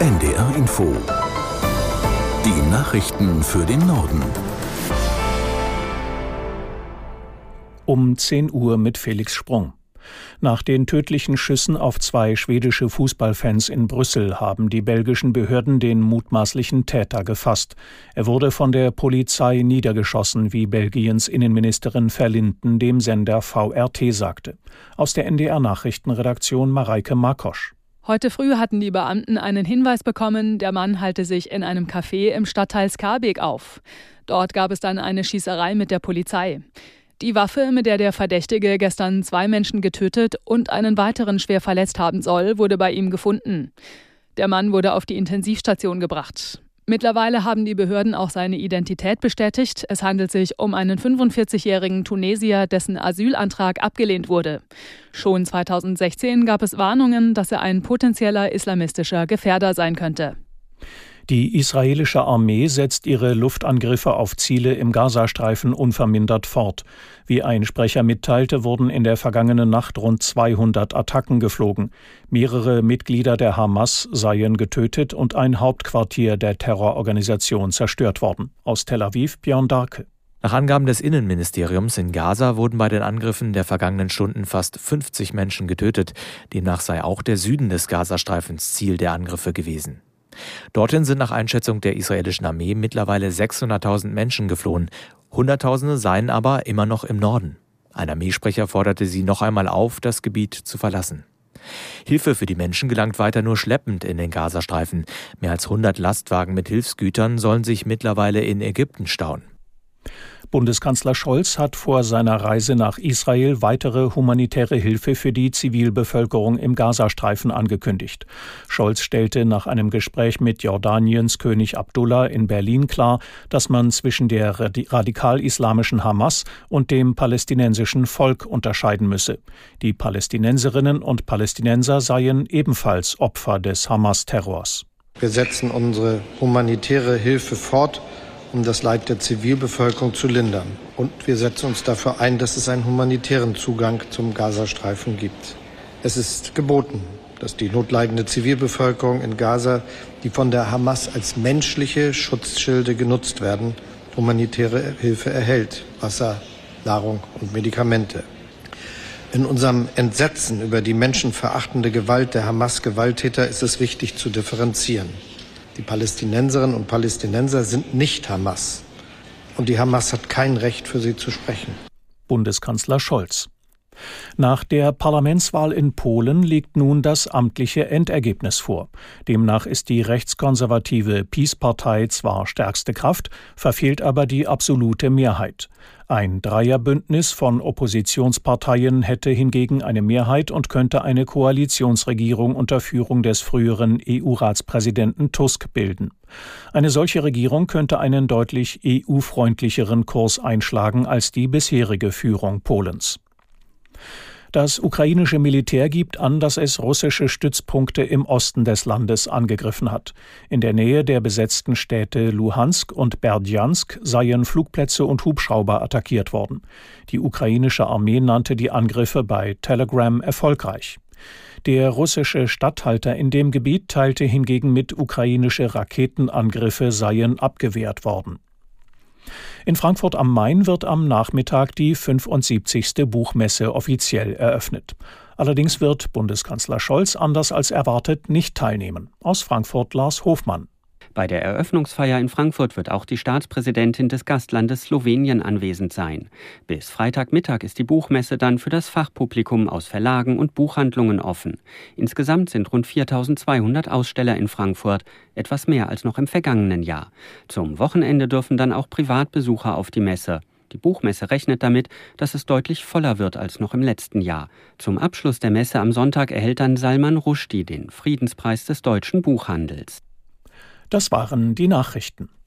NDR Info. Die Nachrichten für den Norden. Um 10 Uhr mit Felix Sprung. Nach den tödlichen Schüssen auf 2 schwedische Fußballfans in Brüssel haben die belgischen Behörden den mutmaßlichen Täter gefasst. Er wurde von der Polizei niedergeschossen, wie Belgiens Innenministerin Verlinden dem Sender VRT sagte. Aus der NDR-Nachrichtenredaktion Mareike Markosch. Heute früh hatten die Beamten einen Hinweis bekommen, der Mann halte sich in einem Café im Stadtteil Schaerbeek auf. Dort gab es dann eine Schießerei mit der Polizei. Die Waffe, mit der der Verdächtige gestern 2 Menschen getötet und einen weiteren schwer verletzt haben soll, wurde bei ihm gefunden. Der Mann wurde auf die Intensivstation gebracht. Mittlerweile haben die Behörden auch seine Identität bestätigt. Es handelt sich um einen 45-jährigen Tunesier, dessen Asylantrag abgelehnt wurde. Schon 2016 gab es Warnungen, dass er ein potenzieller islamistischer Gefährder sein könnte. Die israelische Armee setzt ihre Luftangriffe auf Ziele im Gazastreifen unvermindert fort. Wie ein Sprecher mitteilte, wurden in der vergangenen Nacht rund 200 Attacken geflogen. Mehrere Mitglieder der Hamas seien getötet und ein Hauptquartier der Terrororganisation zerstört worden. Aus Tel Aviv, Björn Darke. Nach Angaben des Innenministeriums in Gaza wurden bei den Angriffen der vergangenen Stunden fast 50 Menschen getötet. Demnach sei auch der Süden des Gazastreifens Ziel der Angriffe gewesen. Dorthin sind nach Einschätzung der israelischen Armee mittlerweile 600.000 Menschen geflohen. Hunderttausende seien aber immer noch im Norden. Ein Armeesprecher forderte sie noch einmal auf, das Gebiet zu verlassen. Hilfe für die Menschen gelangt weiter nur schleppend in den Gazastreifen. Mehr als 100 Lastwagen mit Hilfsgütern sollen sich mittlerweile in Ägypten stauen. Bundeskanzler Scholz hat vor seiner Reise nach Israel weitere humanitäre Hilfe für die Zivilbevölkerung im Gazastreifen angekündigt. Scholz stellte nach einem Gespräch mit Jordaniens König Abdullah in Berlin klar, dass man zwischen der radikal-islamischen Hamas und dem palästinensischen Volk unterscheiden müsse. Die Palästinenserinnen und Palästinenser seien ebenfalls Opfer des Hamas-Terrors. Wir setzen unsere humanitäre Hilfe fort, um das Leid der Zivilbevölkerung zu lindern. Und wir setzen uns dafür ein, dass es einen humanitären Zugang zum Gazastreifen gibt. Es ist geboten, dass die notleidende Zivilbevölkerung in Gaza, die von der Hamas als menschliche Schutzschilde genutzt werden, humanitäre Hilfe erhält: Wasser, Nahrung und Medikamente. In unserem Entsetzen über die menschenverachtende Gewalt der Hamas-Gewalttäter ist es wichtig zu differenzieren. Die Palästinenserinnen und Palästinenser sind nicht Hamas. Und die Hamas hat kein Recht, für sie zu sprechen. Bundeskanzler Scholz. Nach der Parlamentswahl in Polen liegt nun das amtliche Endergebnis vor. Demnach ist die rechtskonservative PiS-Partei zwar stärkste Kraft, verfehlt aber die absolute Mehrheit. Ein Dreierbündnis von Oppositionsparteien hätte hingegen eine Mehrheit und könnte eine Koalitionsregierung unter Führung des früheren EU-Ratspräsidenten Tusk bilden. Eine solche Regierung könnte einen deutlich EU-freundlicheren Kurs einschlagen als die bisherige Führung Polens. Das ukrainische Militär gibt an, dass es russische Stützpunkte im Osten des Landes angegriffen hat. In der Nähe der besetzten Städte Luhansk und Berdjansk seien Flugplätze und Hubschrauber attackiert worden. Die ukrainische Armee nannte die Angriffe bei Telegram erfolgreich. Der russische Statthalter in dem Gebiet teilte hingegen mit, ukrainische Raketenangriffe seien abgewehrt worden. In Frankfurt am Main wird am Nachmittag die 75. Buchmesse offiziell eröffnet. Allerdings wird Bundeskanzler Scholz anders als erwartet nicht teilnehmen. Aus Frankfurt Lars Hofmann. Bei der Eröffnungsfeier in Frankfurt wird auch die Staatspräsidentin des Gastlandes Slowenien anwesend sein. Bis Freitagmittag ist die Buchmesse dann für das Fachpublikum aus Verlagen und Buchhandlungen offen. Insgesamt sind rund 4.200 Aussteller in Frankfurt, etwas mehr als noch im vergangenen Jahr. Zum Wochenende dürfen dann auch Privatbesucher auf die Messe. Die Buchmesse rechnet damit, dass es deutlich voller wird als noch im letzten Jahr. Zum Abschluss der Messe am Sonntag erhält dann Salman Rushdie den Friedenspreis des deutschen Buchhandels. Das waren die Nachrichten.